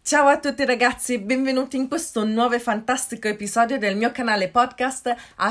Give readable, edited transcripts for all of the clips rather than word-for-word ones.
Ciao a tutti ragazzi, benvenuti in questo nuovo e fantastico episodio del mio canale podcast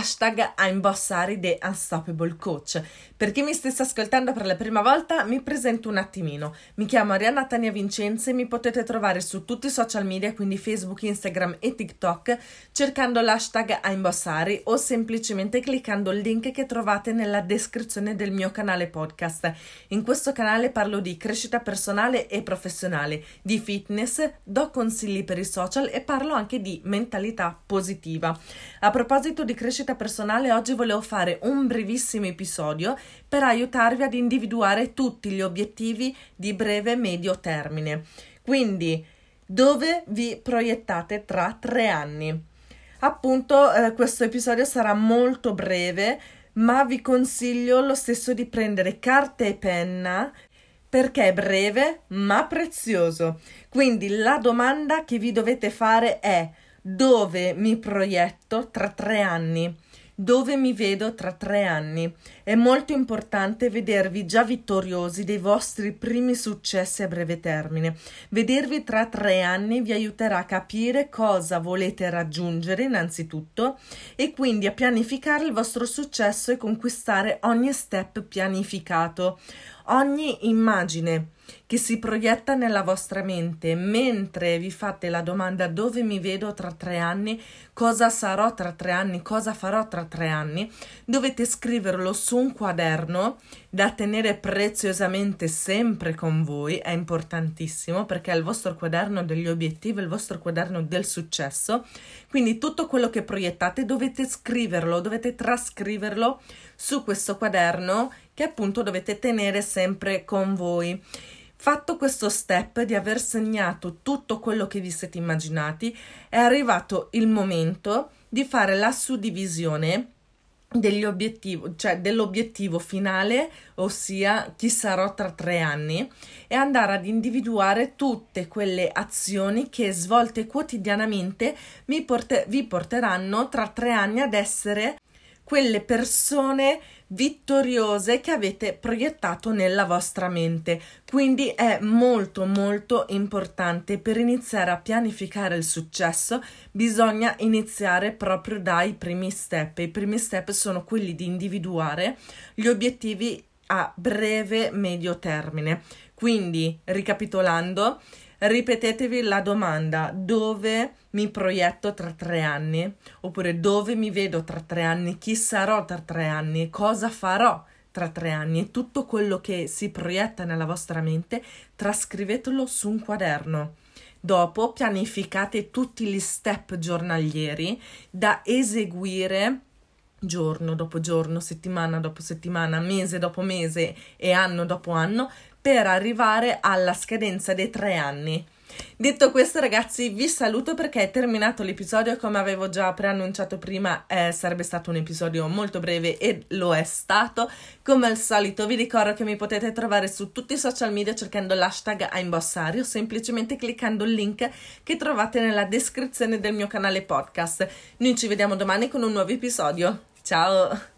#I'm Bossari The Unstoppable Coach. Per chi mi stesse ascoltando per la prima volta, mi presento un attimino. Mi chiamo Arianna Tania Vincenzi e mi potete trovare su tutti i social media, quindi Facebook, Instagram e TikTok, cercando l'HashtagI'm Bossari o semplicemente cliccando il link che trovate nella descrizione del mio canale podcast. In questo canale parlo di crescita personale e professionale, di fitness, do consigli per i social e parlo anche di mentalità positiva. A proposito di crescita personale, oggi volevo fare un brevissimo episodio per aiutarvi ad individuare tutti gli obiettivi di breve e medio termine. Quindi, dove vi proiettate tra 3 anni? Appunto, questo episodio sarà molto breve, ma vi consiglio lo stesso di prendere carta e penna perché è breve ma prezioso. Quindi la domanda che vi dovete fare è: dove mi proietto tra 3 anni? Dove mi vedo tra 3 anni? È molto importante vedervi già vittoriosi dei vostri primi successi a breve termine. Vedervi tra 3 anni vi aiuterà a capire cosa volete raggiungere innanzitutto e quindi a pianificare il vostro successo e conquistare ogni step pianificato. Ogni immagine che si proietta nella vostra mente mentre vi fate la domanda dove mi vedo tra 3 anni, cosa sarò tra 3 anni, cosa farò tra 3 anni, dovete scriverlo su un quaderno da tenere preziosamente sempre con voi. È importantissimo perché è il vostro quaderno degli obiettivi, il vostro quaderno del successo. Quindi tutto quello che proiettate dovete scriverlo, dovete trascriverlo su questo quaderno che appunto dovete tenere sempre con voi. Fatto questo step di aver segnato tutto quello che vi siete immaginati, è arrivato il momento di fare la suddivisione degli obiettivi, cioè dell'obiettivo finale, ossia chi sarò tra 3 anni, e andare ad individuare tutte quelle azioni che svolte quotidianamente vi porteranno tra 3 anni ad essere quelle persone vittoriose che avete proiettato nella vostra mente. Quindi è molto molto importante. Per iniziare a pianificare il successo bisogna iniziare proprio dai primi step. I primi step sono quelli di individuare gli obiettivi a breve medio termine. Quindi, ricapitolando, ripetetevi la domanda: dove mi proietto tra 3 anni? Oppure dove mi vedo tra 3 anni? Chi sarò tra 3 anni? Cosa farò tra 3 anni? E tutto quello che si proietta nella vostra mente trascrivetelo su un quaderno. Dopo pianificate tutti gli step giornalieri da eseguire giorno dopo giorno, settimana dopo settimana, mese dopo mese e anno dopo anno, per arrivare alla scadenza dei 3 anni. Detto questo ragazzi, vi saluto perché è terminato l'episodio. Come avevo già preannunciato prima, sarebbe stato un episodio molto breve e lo è stato. Come al solito vi ricordo che mi potete trovare su tutti i social media cercando l'HashtagI'm Bossari o semplicemente cliccando il link che trovate nella descrizione del mio canale podcast. Noi ci vediamo domani con un nuovo episodio. Ciao!